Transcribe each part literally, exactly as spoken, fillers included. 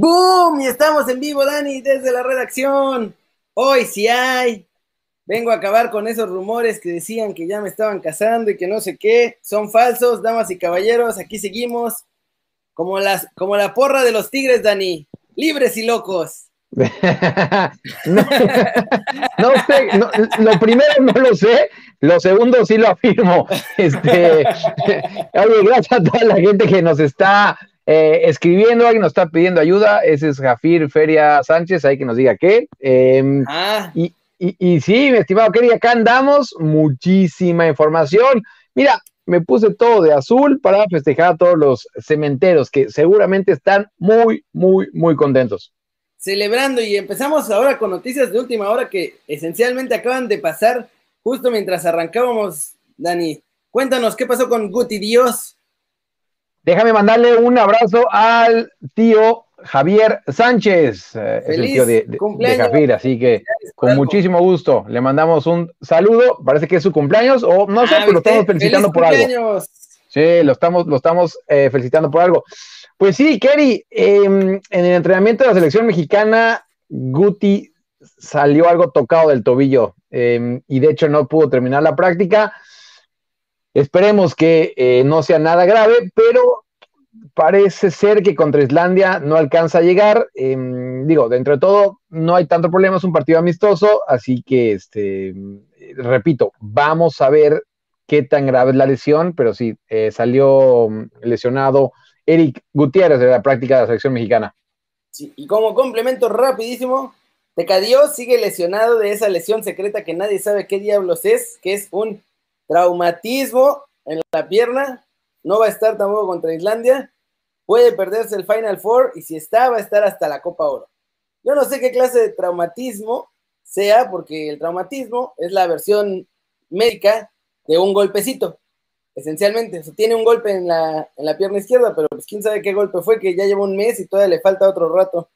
¡Boom! Y estamos en vivo, Dani, desde la redacción. Hoy sí hay. Vengo a acabar con esos rumores que decían que ya me estaban casando y que no sé qué. Son falsos, damas y caballeros. Aquí seguimos como, las, como la porra de los Tigres, Dani. Libres y locos. no, no sé, no, lo primero no lo sé, lo segundo sí lo afirmo. Este, oye, gracias a toda la gente que nos está eh, escribiendo, alguien nos está pidiendo ayuda. Ese es Jafir Feria Sánchez, ahí que nos diga qué. Eh, ah. y, y, y sí, mi estimado Kerry, acá andamos, muchísima información. Mira, me puse todo de azul para festejar a todos los cementeros que seguramente están muy, muy, muy contentos. Celebrando, y empezamos ahora con noticias de última hora que esencialmente acaban de pasar justo mientras arrancábamos, Dani. Cuéntanos qué pasó con Guti Dios. Déjame mandarle un abrazo al tío Javier Sánchez, eh, es el tío de, de, de Jafir, así que con muchísimo gusto le mandamos un saludo. Parece que es su cumpleaños, o no sé, Ah, pero lo estamos felicitando por algo. Sí, lo estamos, lo estamos eh, felicitando por algo. Pues sí, Kerry, eh, en el entrenamiento de la selección mexicana, Guti salió algo tocado del tobillo eh, y de hecho no pudo terminar la práctica. Esperemos que eh, no sea nada grave, pero parece ser que contra Islandia no alcanza a llegar. Eh, digo, dentro de todo, no hay tanto problema, es un partido amistoso, así que, este, repito, vamos a ver qué tan grave es la lesión, pero sí, eh, salió lesionado Eric Gutiérrez de la práctica de la selección mexicana. Sí, y como complemento rapidísimo, Tecadío sigue lesionado de esa lesión secreta que nadie sabe qué diablos es, que es un traumatismo en la pierna. No va a estar tampoco contra Islandia. Puede perderse el Final Four y si está, va a estar hasta la Copa Oro. Yo no sé qué clase de traumatismo sea, porque el traumatismo es la versión médica de un golpecito, esencialmente. O sea, tiene un golpe en la, en la pierna izquierda, pero pues quién sabe qué golpe fue, que ya lleva un mes y todavía le falta otro rato.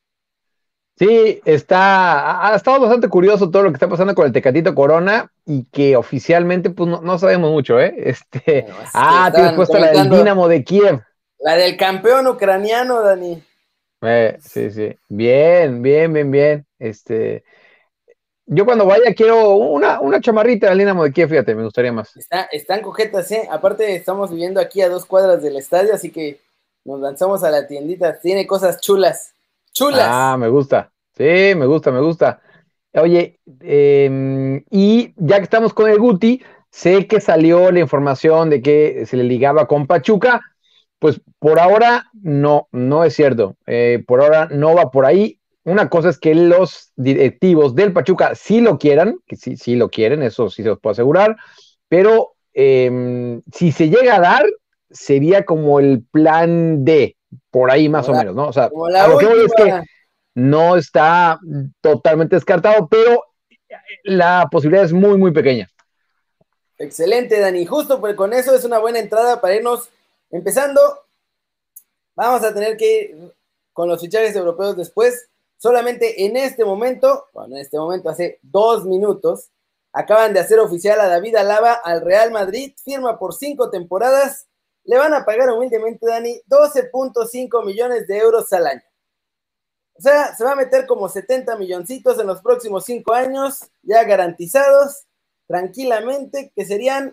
Sí, está, ha estado bastante curioso todo lo que está pasando con el Tecatito Corona y que oficialmente pues no, no sabemos mucho, ¿eh? Este, Bueno, es ah, tienes puesta la del Dinamo de Kiev. La del campeón ucraniano, Dani. Eh, sí, sí. Bien, bien, bien, bien. Este, yo cuando vaya quiero una, una chamarrita del Dinamo de Kiev, fíjate, me gustaría más. Está, están coquetas, ¿eh? Aparte estamos viviendo aquí a dos cuadras del estadio, así que nos lanzamos a la tiendita. Tiene cosas chulas. ¡Chulas! Ah, me gusta. Sí, me gusta, me gusta. Oye, eh, y ya que estamos con el Guti, sé que salió la información de que se le ligaba con Pachuca. Pues por ahora no, no es cierto. Eh, por ahora no va por ahí. Una cosa es que los directivos del Pachuca sí lo quieran, que sí, sí lo quieren, eso sí se los puedo asegurar, pero eh, si se llega a dar, sería como el plan D, por ahí más como o la, menos, ¿no? O sea, la a lo que voy es que última. no está totalmente descartado, pero la posibilidad es muy, muy pequeña. Excelente, Dani. Justo pues con eso es una buena entrada para irnos empezando. Vamos a tener que ir con los fichajes europeos después. Solamente en este momento, bueno, en este momento hace dos minutos, acaban de hacer oficial a David Alaba al Real Madrid, firma por cinco temporadas, le van a pagar humildemente, Dani, doce punto cinco millones de euros al año. O sea, se va a meter como setenta milloncitos en los próximos cinco años, ya garantizados, tranquilamente, que serían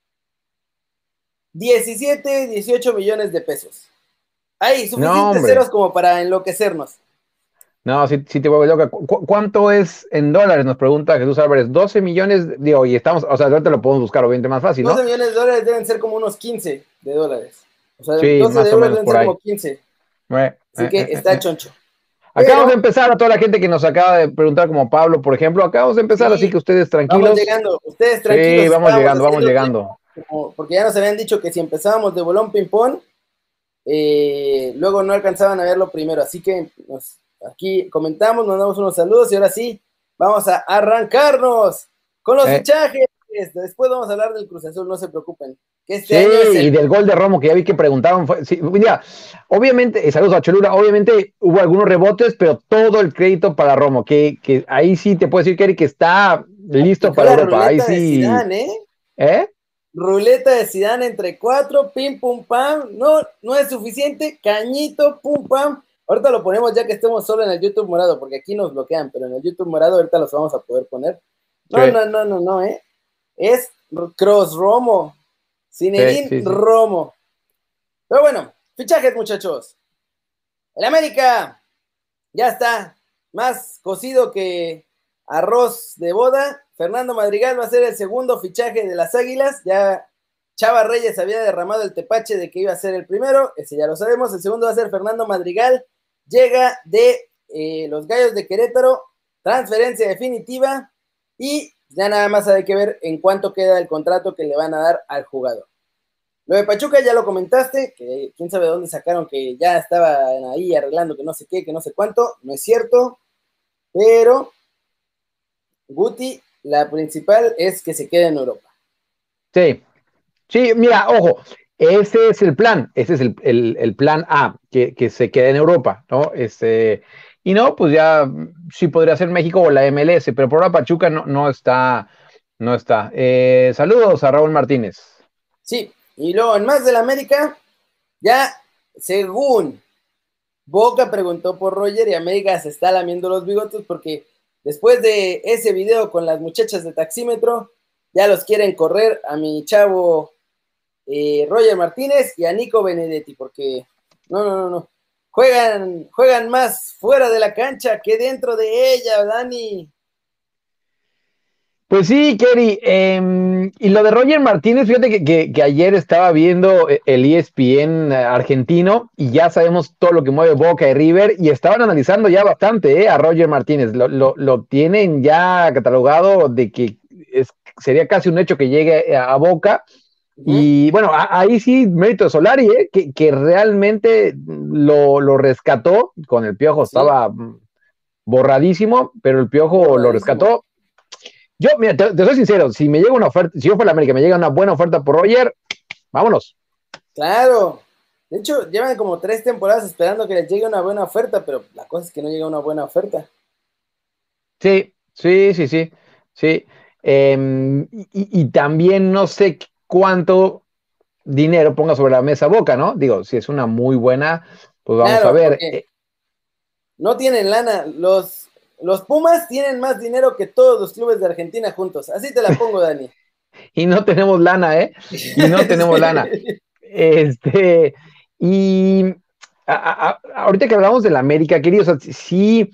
diecisiete, dieciocho millones de pesos. Hay No, suficientes hombre. ceros como para enloquecernos. No, sí, sí te vuelve loca. ¿Cu ¿Cuánto es en dólares? Nos pregunta Jesús Álvarez. doce millones, digo, y estamos, o sea, ahorita lo podemos buscar obviamente más fácil, ¿no? doce millones de dólares deben ser como unos quince de dólares. O sea, Sí, doce de más o euros menos deben por ser ahí. como quince. Eh, Así eh, que eh, está eh. choncho. Acabamos de Pero, empezar a toda la gente que nos acaba de preguntar, como Pablo, por ejemplo. Acabamos de empezar, así sí, que ustedes vamos tranquilos. llegando. Ustedes tranquilos, Sí, vamos estábamos llegando, vamos haciendo llegando. como, porque ya nos habían dicho que si empezábamos de bolón ping-pong, eh, luego no alcanzaban a verlo primero. Así que nos, aquí comentamos, mandamos unos saludos y ahora sí, vamos a arrancarnos con los Eh, fichajes. Después vamos a hablar del Cruz Azul, no se preocupen. Que este sí, año es el... y del gol de Romo, que ya vi que preguntaban. Fue, sí, mira, obviamente, eh, saludos a Cholula, obviamente hubo algunos rebotes, pero todo el crédito para Romo, que, que ahí sí te puedo decir, Kerry, que está listo Aplicó para la Europa. Ahí ruleta de sí. Zidane, ¿eh? ¿Eh? Ruleta de Zidane entre cuatro, pim, pum, pam. No, no es suficiente. Cañito, pum, pam. Ahorita lo ponemos ya que estemos solo en el YouTube morado, porque aquí nos bloquean, pero en el YouTube morado ahorita los vamos a poder poner. No, sí. no, no, no, no, ¿eh? Es Cross Romo. Zinedine sí, sí, sí. Romo. Pero bueno, fichajes, muchachos. El América ya está más cocido que arroz de boda. Fernando Madrigal va a ser el segundo fichaje de las Águilas. Ya Chava Reyes había derramado el tepache de que iba a ser el primero. Ese ya lo sabemos. El segundo va a ser Fernando Madrigal. Llega de eh, los Gallos de Querétaro. Transferencia definitiva. Y ya nada más hay que ver en cuánto queda el contrato que le van a dar al jugador. Lo de Pachuca ya lo comentaste, que quién sabe de dónde sacaron que ya estaban ahí arreglando que no sé qué, que no sé cuánto. No es cierto. Pero Guti, la principal es que se quede en Europa. Sí, sí, mira, ojo, ese es el plan, ese es el, el, el plan A, que, que se quede en Europa, ¿no? Este, y no, pues ya sí podría ser México o la M L S, pero por ahora Pachuca no, no está, no está. Eh, saludos a Raúl Martínez. Sí, y luego en más de la América, ya según Boca preguntó por Roger y América se está lamiendo los bigotes porque después de ese video con las muchachas de taxímetro, ya los quieren correr a mi chavo eh, Roger Martínez y a Nico Benedetti, porque no, no, no, no. Juegan, juegan más fuera de la cancha que dentro de ella, Dani. Pues sí, Kerry, eh, y lo de Roger Martínez, fíjate que, que, que ayer estaba viendo el E S P N argentino y ya sabemos todo lo que mueve Boca y River y estaban analizando ya bastante eh, a Roger Martínez, lo, lo, lo tienen ya catalogado de que es, sería casi un hecho que llegue a, a Boca. Uh-huh. Y bueno, a, ahí sí, mérito de Solari, ¿eh? que, que realmente lo, lo rescató, con el Piojo sí. Estaba borradísimo, pero el Piojo borradísimo. Lo rescató. Yo, mira, te, te soy sincero, si me llega una oferta, si yo fuera a América, me llega una buena oferta por Roger, vámonos. Claro, de hecho, llevan como tres temporadas esperando que les llegue una buena oferta, pero la cosa es que no llega una buena oferta. Sí, sí, sí, sí, sí. Eh, y, y también no sé cuánto dinero ponga sobre la mesa Boca, ¿no? Digo, si es una muy buena, pues vamos claro, a ver. Eh, no tienen lana, los, los Pumas tienen más dinero que todos los clubes de Argentina juntos, así te la pongo, Dani. Y no tenemos lana, ¿eh? Y no tenemos lana. Este, y a, a, ahorita que hablamos de la América, queridos, o sea, sí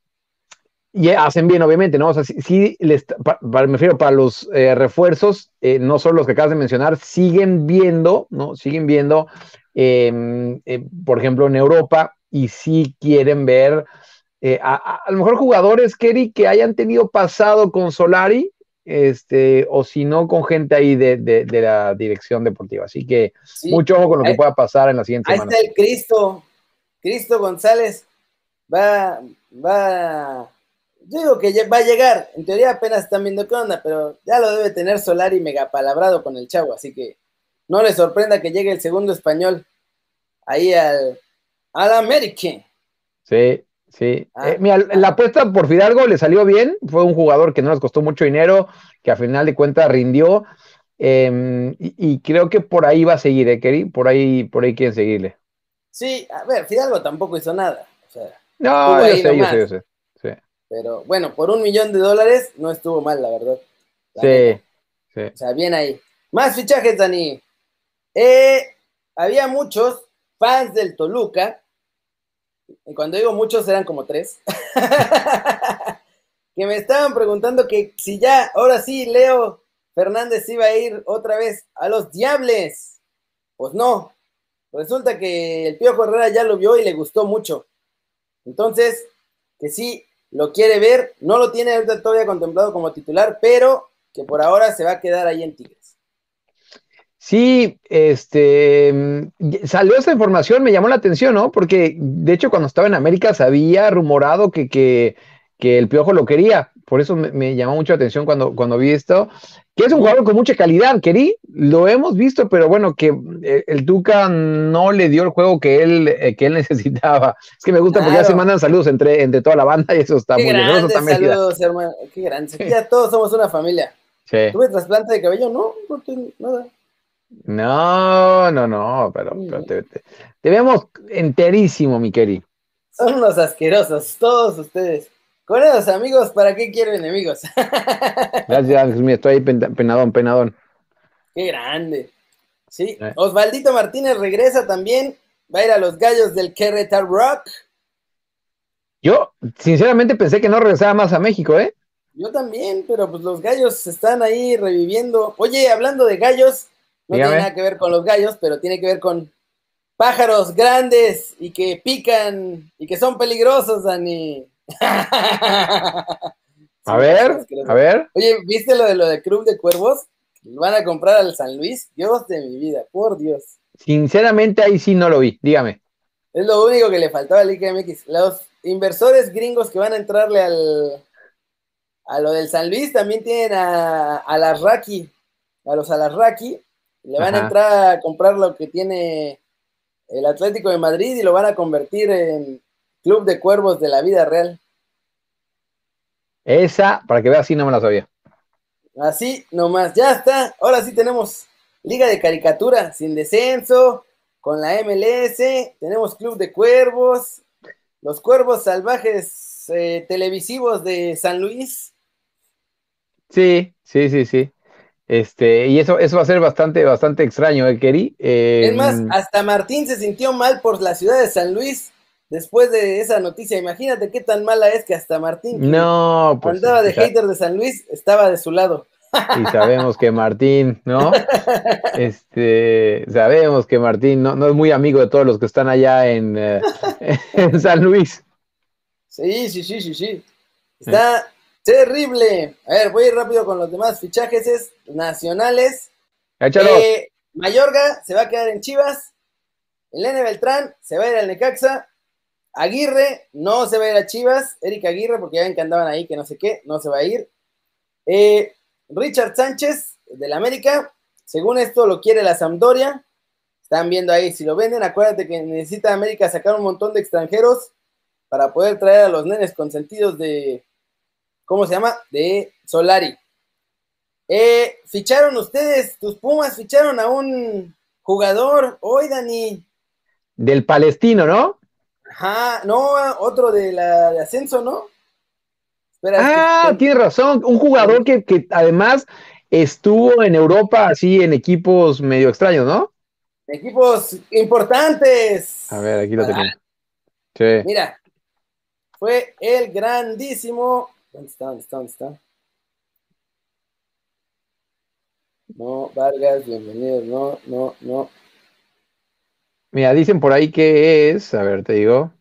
y hacen bien, obviamente, ¿no? O sea, sí, sí les, pa, pa, me refiero para los eh, refuerzos, eh, no solo los que acabas de mencionar, siguen viendo, ¿no? Siguen viendo, eh, eh, por ejemplo, en Europa, y sí quieren ver eh, a, a, a lo mejor jugadores, Kerry, que hayan tenido pasado con Solari, este, o si no, con gente ahí de, de, de la dirección deportiva. Así que sí, mucho ojo con lo que ahí, pueda pasar en la siguiente semana. Ahí está el Cristo, Cristo González, va, va, yo digo que va a llegar, en teoría apenas están viendo qué onda, pero ya lo debe tener Solari mega palabrado con el chavo, así que no le sorprenda que llegue el segundo español ahí al, al América. Sí. Sí, ah, eh, mira, ah. la apuesta por Fidalgo le salió bien, fue un jugador que no les costó mucho dinero, que a final de cuentas rindió, eh, y, y creo que por ahí va a seguir, ¿eh, Kerry? Por ahí, por ahí quieren seguirle. Sí, a ver, Fidalgo tampoco hizo nada, o sea, no, yo sé, yo sé, yo sé, sí. Pero bueno, por un millón de dólares no estuvo mal, la verdad. La sí, neta. sí. O sea, bien ahí. Más fichajes, Dani. Eh, había muchos fans del Toluca, y cuando digo muchos eran como tres, que me estaban preguntando que si ya, ahora sí, Leo Fernández iba a ir otra vez a los Diables. Pues no, resulta que el Piojo Herrera ya lo vio y le gustó mucho. Entonces, que sí, lo quiere ver, no lo tiene ahorita todavía contemplado como titular, pero que por ahora se va a quedar ahí en Tigres. Sí, este, salió esta información, me llamó la atención, ¿no? Porque de hecho cuando estaba en América se había rumorado que, que, que el Piojo lo quería, por eso me, me llamó mucho la atención cuando, cuando vi esto, que es un jugador con mucha calidad, Keri, lo hemos visto, pero bueno, que el Tuca no le dio el juego que él, eh, que él necesitaba. Es que me gusta claro. Porque ya se mandan saludos entre, entre toda la banda y eso está qué muy bien. Grandes saludos, hermano, qué grandes. Aquí ya todos somos una familia. Sí. ¿Tuve trasplante de cabello? No, no tengo nada. No, no, no, pero, pero te, te, te vemos enterísimo, mi Keri. Son unos asquerosos, todos ustedes. Con esos amigos, ¿para qué quiero enemigos? Gracias, Dios mío, estoy ahí penadón, penadón. Qué grande. Sí, eh. Osvaldito Martínez regresa también. Va a ir a los Gallos del Querétaro Rock. Yo, sinceramente, pensé que no regresaba más a México, ¿eh? Yo también, pero pues los Gallos están ahí reviviendo. Oye, hablando de gallos, no Dígame. tiene nada que ver con los gallos, pero tiene que ver con pájaros grandes y que pican y que son peligrosos, Dani. A sí, ver, a ver. Oye, ¿viste lo de lo del Club de Cuervos? Van a comprar al San Luis. Dios de mi vida, por Dios. Sinceramente, ahí sí no lo vi, dígame. Es lo único que le faltaba a la Liga M X. Los inversores gringos que van a entrarle al a lo del San Luis también tienen a, a las Raki, a los Alarraqui. Le van Ajá. a entrar a comprar lo que tiene el Atlético de Madrid y lo van a convertir en Club de Cuervos de la vida real. Esa, para que veas, sí no me la sabía. Así nomás, ya está. Ahora sí tenemos Liga de Caricatura, sin descenso, con la M L S, tenemos Club de Cuervos, los Cuervos Salvajes eh, televisivos de San Luis. Sí, sí, sí, sí. Este, y eso, eso va a ser bastante, bastante extraño, ¿eh, Keri? Eh, es más, hasta Martín se sintió mal por la ciudad de San Luis después de esa noticia. Imagínate qué tan mala es que hasta Martín, que no, pues, andaba de hater de San Luis, estaba de su lado. Y sabemos que Martín, ¿no? Este, sabemos que Martín no, no es muy amigo de todos los que están allá en, eh, en San Luis. Sí, sí, sí, sí, sí. Está terrible. A ver, voy a ir rápido con los demás fichajes nacionales. Échalo. Eh, Mayorga se va a quedar en Chivas. Elene Beltrán se va a ir al Necaxa. Aguirre no se va a ir a Chivas. Erika Aguirre, porque ya ven que andaban ahí, que no sé qué, no se va a ir. Eh, Richard Sánchez, del América. Según esto, lo quiere la Sampdoria. Están viendo ahí si lo venden. Acuérdate que necesita América sacar un montón de extranjeros para poder traer a los nenes consentidos de, ¿cómo se llama? De Solari. Eh, ficharon ustedes, tus Pumas ficharon a un jugador hoy, Dani. Del Palestino, ¿no? Ajá, no, otro de la de ascenso, ¿no? Espera, ah, es que... tienes razón, un jugador que, que además estuvo en Europa así en equipos medio extraños, ¿no? Equipos importantes. A ver, aquí lo tenemos. Sí. Mira, fue el grandísimo. ¿Dónde está? ¿Dónde está? ¿Dónde está? No, Vargas, bienvenido. No, no, no. Mira, dicen por ahí que es, a ver, te digo.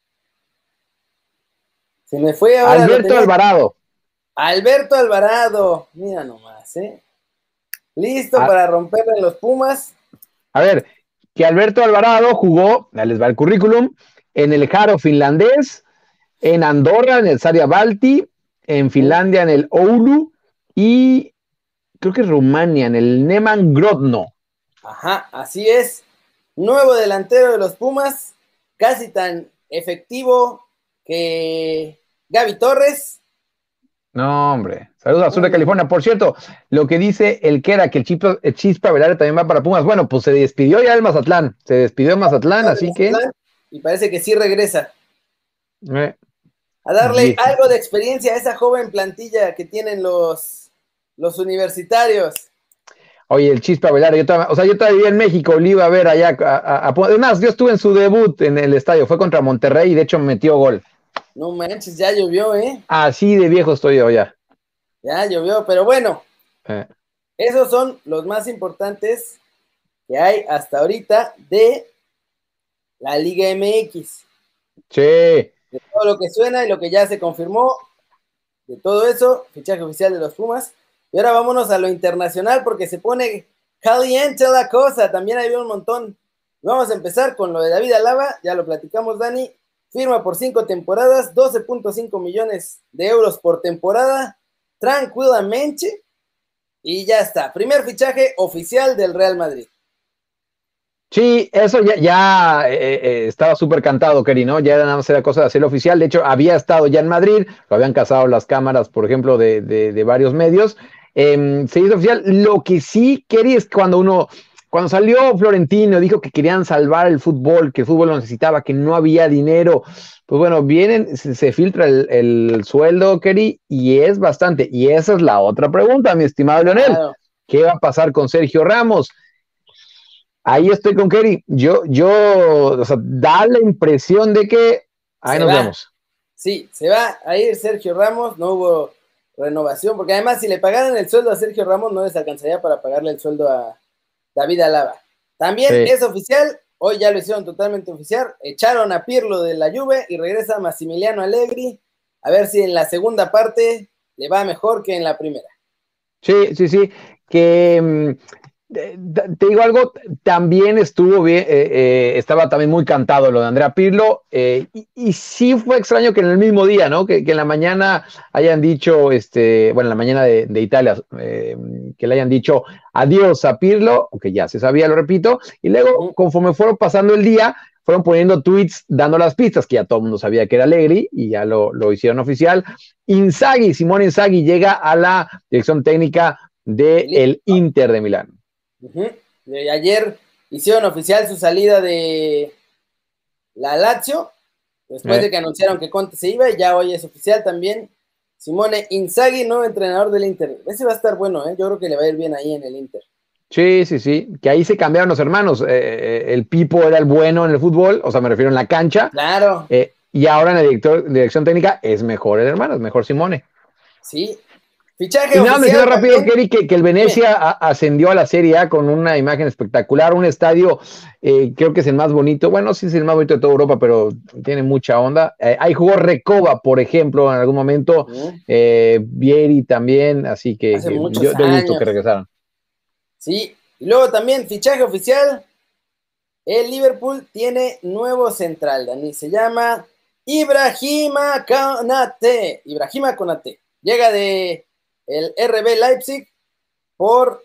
Se me fue ahora. Alberto tenía... Alvarado. Alberto Alvarado. Mira nomás, ¿eh? Listo a... para romperle en los Pumas. A ver, que Alberto Alvarado jugó, les va el currículum, en el Jaro finlandés, en Andorra, en el Zarya Balti, en Finlandia, en el Oulu, y creo que Rumania, en el Neman Grodno. Ajá, así es. Nuevo delantero de los Pumas, casi tan efectivo que Gaby Torres. No, hombre. Saludos a Sur de California. Por cierto, lo que dice el que era que el Chispa, el Chispa Velarde también va para Pumas. Bueno, pues se despidió ya el Mazatlán. Se despidió el Mazatlán, así Mazatlán, que... Y parece que sí regresa. Eh, a darle sí. algo de experiencia a esa joven plantilla que tienen los, los universitarios. Oye, el Chispa Velarde, yo todavía, o sea, yo todavía vivía en México, lo iba a ver allá. A, a, a, además, yo estuve en su debut en el estadio, fue contra Monterrey y de hecho metió gol. No manches, ya llovió, ¿eh? Así de viejo estoy yo ya. Ya llovió, pero bueno. Eh. Esos son los más importantes que hay hasta ahorita de la Liga M X. Sí. De todo lo que suena y lo que ya se confirmó, de todo eso, fichaje oficial de los Pumas. Y ahora vámonos a lo internacional porque se pone caliente la cosa. También hay un montón. Vamos a empezar con lo de David Alaba, ya lo platicamos, Dani. Firma por cinco temporadas, doce punto cinco millones de euros por temporada, tranquilamente, y ya está. Primer fichaje oficial del Real Madrid. Sí, eso ya, ya eh, eh, estaba súper cantado, Keri, ¿no? Ya era nada más era cosa de hacerlo oficial. De hecho, había estado ya en Madrid, lo habían cazado las cámaras, por ejemplo, de, de, de varios medios. Eh, se hizo oficial. Lo que sí, Keri, es cuando uno cuando salió Florentino, dijo que querían salvar el fútbol, que el fútbol lo necesitaba, que no había dinero. Pues bueno, vienen, se, se filtra el, el sueldo, Kerry, y es bastante. Y esa es la otra pregunta, mi estimado Leonel. Claro. ¿Qué va a pasar con Sergio Ramos? Ahí estoy con Kerry. Yo, yo, o sea, da la impresión de que ahí Se nos va. vemos. Sí, se va a ir Sergio Ramos, no hubo renovación, porque además si le pagaran el sueldo a Sergio Ramos no les alcanzaría para pagarle el sueldo a David Alaba. También Sí. es oficial, hoy ya lo hicieron totalmente oficial, echaron a Pirlo de la Juve y regresa Massimiliano Allegri, a ver si en la segunda parte le va mejor que en la primera. Sí, sí, sí, que eh, te digo algo, también estuvo bien, eh, eh, estaba también muy cantado lo de Andrea Pirlo, eh, y, y sí fue extraño que en el mismo día, ¿no? Que, que en la mañana hayan dicho, este, bueno, en la mañana de, de Italia, eh, que le hayan dicho adiós a Pirlo, aunque ya se sabía, lo repito, y luego, conforme fueron pasando el día, fueron poniendo tweets dando las pistas, que ya todo el mundo sabía que era Allegri, y ya lo, lo hicieron oficial. Inzaghi, Simone Inzaghi llega a la dirección técnica del de Inter de Milán. Uh-huh. De ayer hicieron oficial su salida de la Lazio, después eh. de que anunciaron que Conte se iba, y ya hoy es oficial también. Simone Inzaghi, nuevo entrenador del Inter. Ese va a estar bueno, ¿eh? Yo creo que le va a ir bien ahí en el Inter. Sí, sí, sí, que ahí se cambiaron los hermanos. Eh, el Pipo era el bueno en el fútbol, o sea, me refiero en la cancha. Claro. Eh, y ahora en la director, dirección técnica es mejor el hermano, es mejor Simone. Sí. Fichaje y nada, mencionar rápido, Kerry, que, que el Venecia a, ascendió a la Serie A con una imagen espectacular, un estadio, eh, creo que es el más bonito, bueno, sí es el más bonito de toda Europa, pero tiene mucha onda. Eh, ahí jugó Recoba, por ejemplo, en algún momento, uh-huh. eh, Vieri también, así que, Hace que muchos yo de gusto años. que regresaron. Sí, y luego también fichaje oficial, el Liverpool tiene nuevo central, Dani, se llama Ibrahima Konate, Ibrahima Konate, llega de el R B Leipzig por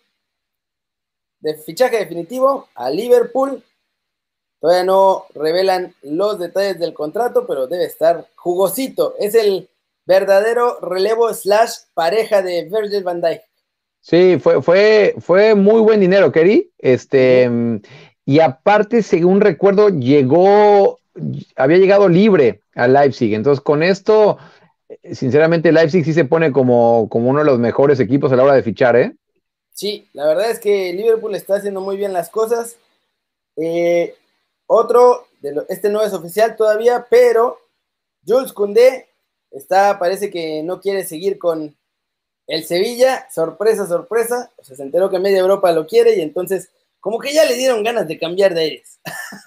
de fichaje definitivo a Liverpool. Todavía no revelan los detalles del contrato, pero debe estar jugosito. Es el verdadero relevo slash pareja de Virgil van Dijk. Sí, fue, fue, fue muy buen dinero, Kerry. Este, uh-huh. Y aparte, según recuerdo, llegó, había llegado libre a Leipzig. Entonces, con esto, sinceramente, Leipzig sí se pone como, como uno de los mejores equipos a la hora de fichar, ¿eh? Sí, la verdad es que Liverpool está haciendo muy bien las cosas. Eh, otro, de lo, este no es oficial todavía, pero Jules Koundé está, parece que no quiere seguir con el Sevilla, sorpresa, sorpresa, o sea, se enteró que media Europa lo quiere y entonces como que ya le dieron ganas de cambiar de aires.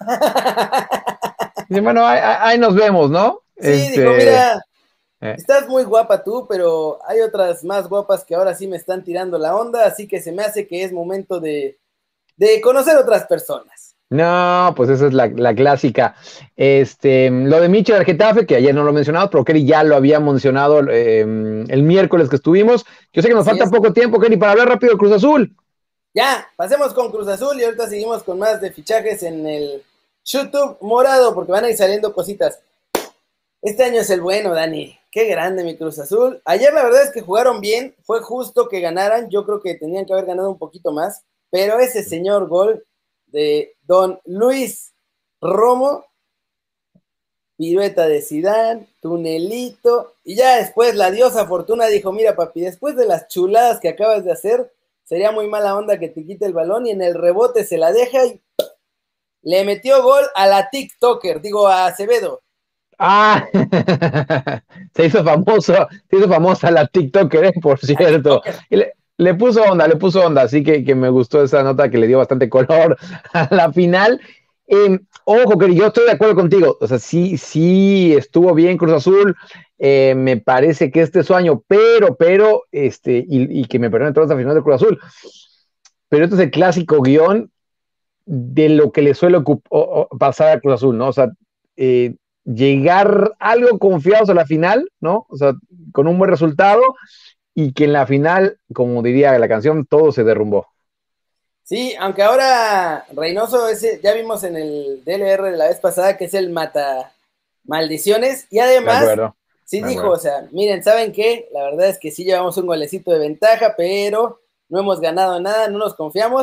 Y bueno, ahí, ahí nos vemos, ¿no? Sí, este... dijo, mira, eh. estás muy guapa tú, pero hay otras más guapas que ahora sí me están tirando la onda, así que se me hace que es momento de, de conocer otras personas. No, pues esa es la, la clásica. Este, lo de Michel Getafe, que ayer no lo he mencionado, pero Kerry ya lo había mencionado eh, el miércoles que estuvimos. Yo sé que nos Así falta es. poco tiempo, Kerry, para hablar rápido de Cruz Azul. Ya, pasemos con Cruz Azul y ahorita seguimos con más de fichajes en el YouTube morado, porque van a ir saliendo cositas. Este año es el bueno, Dani. Qué grande mi Cruz Azul. Ayer la verdad es que jugaron bien, fue justo que ganaran. Yo creo que tenían que haber ganado un poquito más, pero ese señor gol de don Luis Romo, pirueta de Zidane, tunelito, y ya después la diosa Fortuna dijo, mira papi, después de las chuladas que acabas de hacer, sería muy mala onda que te quite el balón, y en el rebote se la deja y le metió gol a la TikToker, digo a Acevedo. Ah, se hizo famoso, se hizo famosa la TikToker, ¿eh? Por cierto. Y le, le puso onda, le puso onda, así que, que me gustó esa nota que le dio bastante color a la final. Eh, ojo, que yo estoy de acuerdo contigo, o sea, sí, sí estuvo bien Cruz Azul, eh, me parece que este es su año, pero, pero, este, y, y que me perdonen todas las finales de Cruz Azul, pero este es el clásico guión de lo que le suele o, o, pasar a Cruz Azul, ¿no? O sea, eh, llegar algo confiados a la final, ¿no? O sea, con un buen resultado y que en la final, como diría la canción, todo se derrumbó. Sí, aunque ahora Reynoso, ese, ya vimos en el D L R de la vez pasada que es el mata maldiciones y además sí dijo, acuerdo. O sea, miren, ¿saben qué? La verdad es que sí llevamos un golecito de ventaja, pero no hemos ganado nada, no nos confiamos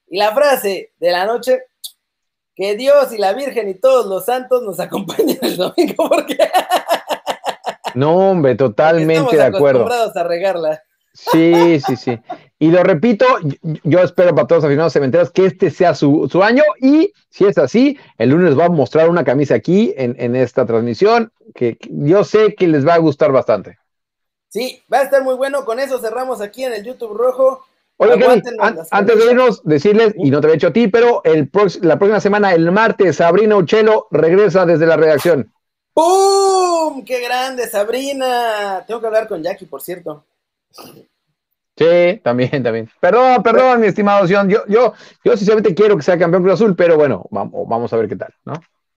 Y la frase de la noche, que Dios y la Virgen y todos los santos nos acompañen el domingo, porque... No, hombre, totalmente de acuerdo. Estamos acostumbrados a regarla. Sí, sí, sí. Y lo repito, yo espero para todos los aficionados cementeros que este sea su, su año, y si es así, el lunes va a mostrar una camisa aquí en, en esta transmisión que, que yo sé que les va a gustar bastante. Sí, va a estar muy bueno. Con eso cerramos aquí en el YouTube Rojo. Oye, Kenny, an antes de irnos, decirles, y no te lo he hecho a ti, pero el la próxima semana, el martes, Sabrina Uchelo regresa desde la redacción. ¡Pum! ¡Qué grande, Sabrina! Tengo que hablar con Jackie, por cierto. Sí, también, también. Perdón, perdón, mi estimado Sion. Yo, yo, yo sinceramente quiero que sea campeón Cruz Azul, pero bueno, vamos, vamos a ver qué tal, ¿no?